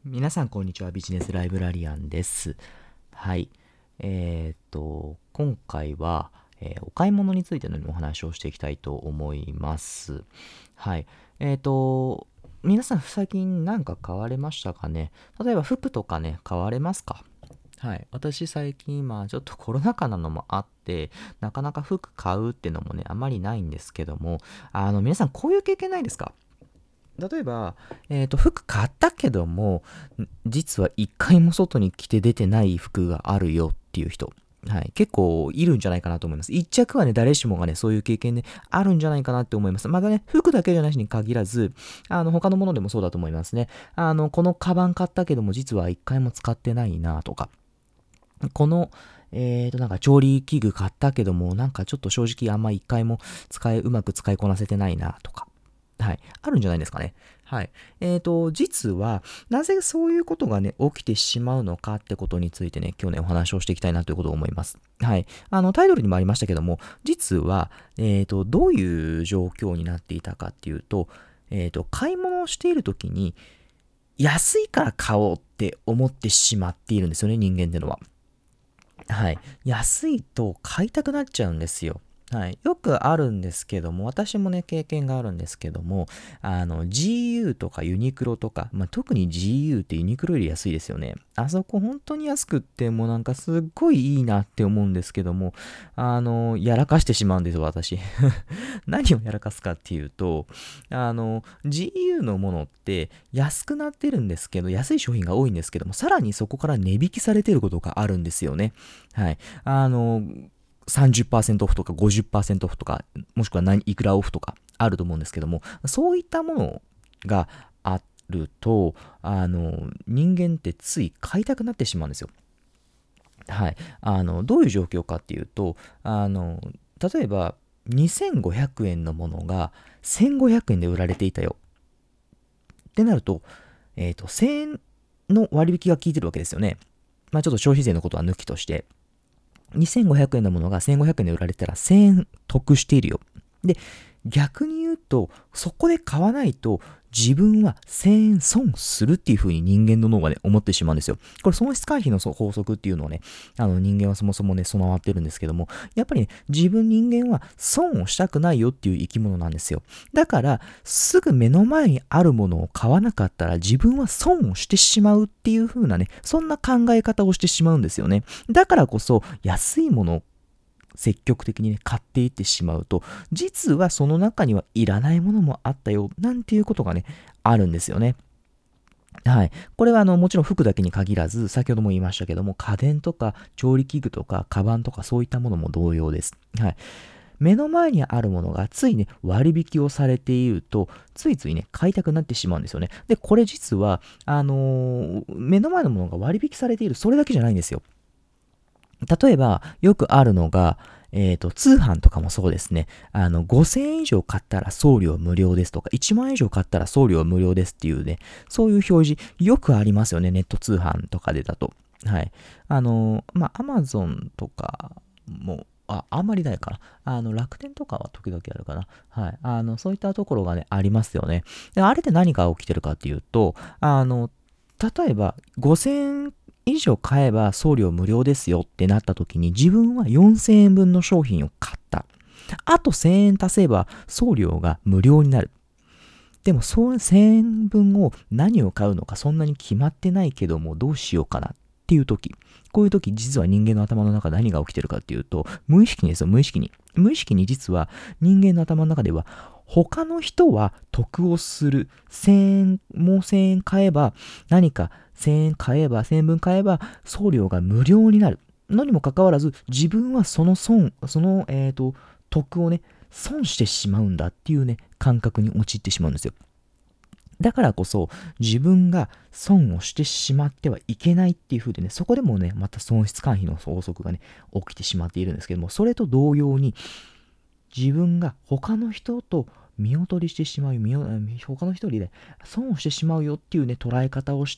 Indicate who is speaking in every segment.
Speaker 1: 皆さんこんにちは。ビジネスライブラリアンです。はい。今回は、お買い物についてのお話をしていきたいと思います。はい。皆さん最近何か買われましたかね。例えば服とかね、買われますか？はい。私最近、ちょっとコロナ禍なのもあって、なかなか服買うってのもね、あまりないんですけども、皆さんこういう経験ないですか？例えば、服買ったけども、実は一回も外に着て出てない服があるよっていう人。はい。結構いるんじゃないかなと思います。一着はね、誰しもがね、そういう経験ね、あるんじゃないかなって思います。またね、服だけじゃなしに限らず、他のものでもそうだと思いますね。このカバン買ったけども、実は一回も使ってないなとか、この、なんか調理器具買ったけども、なんかちょっと正直あんま一回もうまく使いこなせてないなとか。はい。あるんじゃないですかね。はい。実は、なぜそういうことがね、起きてしまうのかってことについてね、今日ね、お話をしていきたいなということを思います。はい。タイトルにもありましたけども、実は、どういう状況になっていたかっていうと、買い物をしているときに、安いから買おうって思ってしまっているんですよね、人間ってのは。はい。安いと買いたくなっちゃうんですよ。はい。よくあるんですけども、私もね、経験があるんですけども、GU とかユニクロとか、特に GU ってユニクロより安いですよね。あそこ本当に安くってもうなんかすっごいいいなって思うんですけども、やらかしてしまうんですよ、私。何をやらかすかっていうと、GU のものって安くなってるんですけど、安い商品が多いんですけども、さらにそこから値引きされてることがあるんですよね。はい。30%オフとか50%オフとか、もしくは何いくらオフとかあると思うんですけども、そういったものがあると、人間ってつい買いたくなってしまうんですよ。はい。どういう状況かっていうと、例えば、2500円のものが1500円で売られていたよってなると、1000円の割引が効いてるわけですよね。ちょっと消費税のことは抜きとして、2500円のものが1500円で売られたら1000円得しているよ。で、逆に言うと、そこで買わないと自分は1000円損するっていう風に人間の脳がね、思ってしまうんですよ。これ損失回避の法則っていうのをね、人間はそもそもね、備わってるんですけども、やっぱりね、人間は損をしたくないよっていう生き物なんですよ。だから、すぐ目の前にあるものを買わなかったら自分は損をしてしまうっていう風なね、そんな考え方をしてしまうんですよね。だからこそ、安いものを積極的にね、買っていってしまうと、実はその中にはいらないものもあったよ、なんていうことがね、あるんですよね。はい。これはもちろん服だけに限らず、先ほども言いましたけども、家電とか調理器具とか、カバンとかそういったものも同様です。はい。目の前にあるものがついね、割引をされていると、ついついね、買いたくなってしまうんですよね。で、これ実は、目の前のものが割引されている、それだけじゃないんですよ。例えば、よくあるのが、通販とかもそうですね。5000円以上買ったら送料無料ですとか、1万円以上買ったら送料無料ですっていうね、そういう表示、よくありますよね、ネット通販とかでだと。はい。アマゾンとかも、あんまりないかな。楽天とかは時々あるかな。はい。そういったところがね、ありますよね。で、あれで何が起きてるかっていうと、例えば、5000以上買えば送料無料ですよってなった時に自分は4000円分の商品を買った。あと1000円足せば送料が無料になる。でもその1000円分を何を買うのかそんなに決まってないけどもどうしようかなっていう時。こういう時実は人間の頭の中で何が起きてるかっていうと無意識にですよ、無意識に。無意識に実は人間の頭の中では他の人は得をする。1000円、もう1000円買えば何か1000円買えば、1000円分買えば送料が無料になる。のにもかかわらず、自分はその損、その、得をね、損してしまうんだっていうね、感覚に陥ってしまうんですよ。だからこそ、自分が損をしてしまってはいけないっていう風でね、そこでもね、また損失回避の法則がね、起きてしまっているんですけども、それと同様に、自分が他の人と見劣りしてしまう、他の人よりね、損をしてしまうよっていうね、捉え方をして、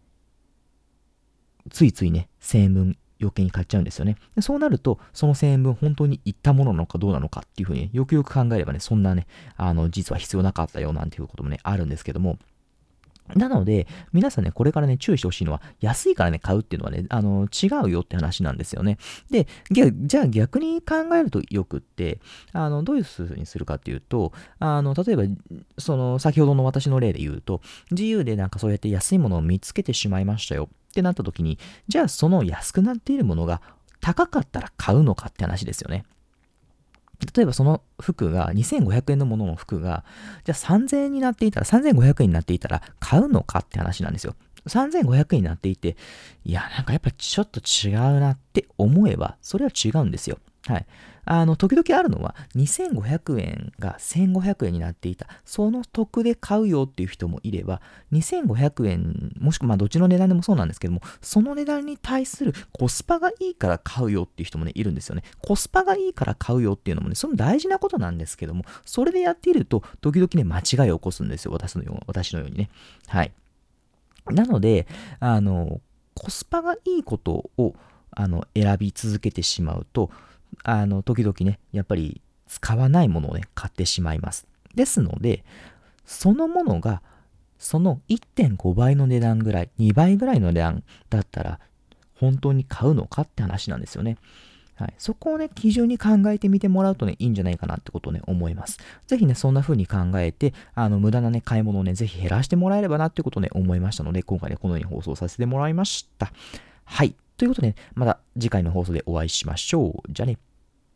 Speaker 1: ついついね、1000円分余計に買っちゃうんですよね。でそうなると、その1000円分本当にいったものなのかどうなのかっていうふうに、よくよく考えればね、そんなね、実は必要なかったよなんていうこともね、あるんですけども、 なので、皆さんね、これからね、注意してほしいのは、安いからね、買うっていうのはね、違うよって話なんですよね。で、じゃあ逆に考えるとよくって、どういう風にするかっていうと、例えば、先ほどの私の例で言うと、自由でなんかそうやって安いものを見つけてしまいましたよってなった時に、じゃあその安くなっているものが高かったら買うのかって話ですよね。例えばその服が2500円のものの服が、じゃあ3000円になっていたら、3500円になっていたら買うのかって話なんですよ。3500円になっていて、いや、なんかやっぱちょっと違うなって思えば、それは違うんですよ。はい。時々あるのは、2500円が1500円になっていた。その得で買うよっていう人もいれば、2500円、もしくはまあどっちの値段でもそうなんですけども、その値段に対するコスパがいいから買うよっていう人もね、いるんですよね。コスパがいいから買うよっていうのもね、その大事なことなんですけども、それでやっていると、時々ね、間違いを起こすんですよ。私のようにね。はい。なので、コスパがいいことを、選び続けてしまうと、時々ね、やっぱり使わないものをね、買ってしまいます。ですので、そのものが、その1.5倍の値段ぐらい、2倍ぐらいの値段だったら、本当に買うのかって話なんですよね。はい、そこをね、基準に考えてみてもらうとね、いいんじゃないかなってことをね、思います。ぜひね、そんな風に考えて、無駄なね、買い物をね、ぜひ減らしてもらえればなってことをね、思いましたので、今回ね、このように放送させてもらいました。はい。ということで、また次回の放送でお会いしましょう。じゃあね。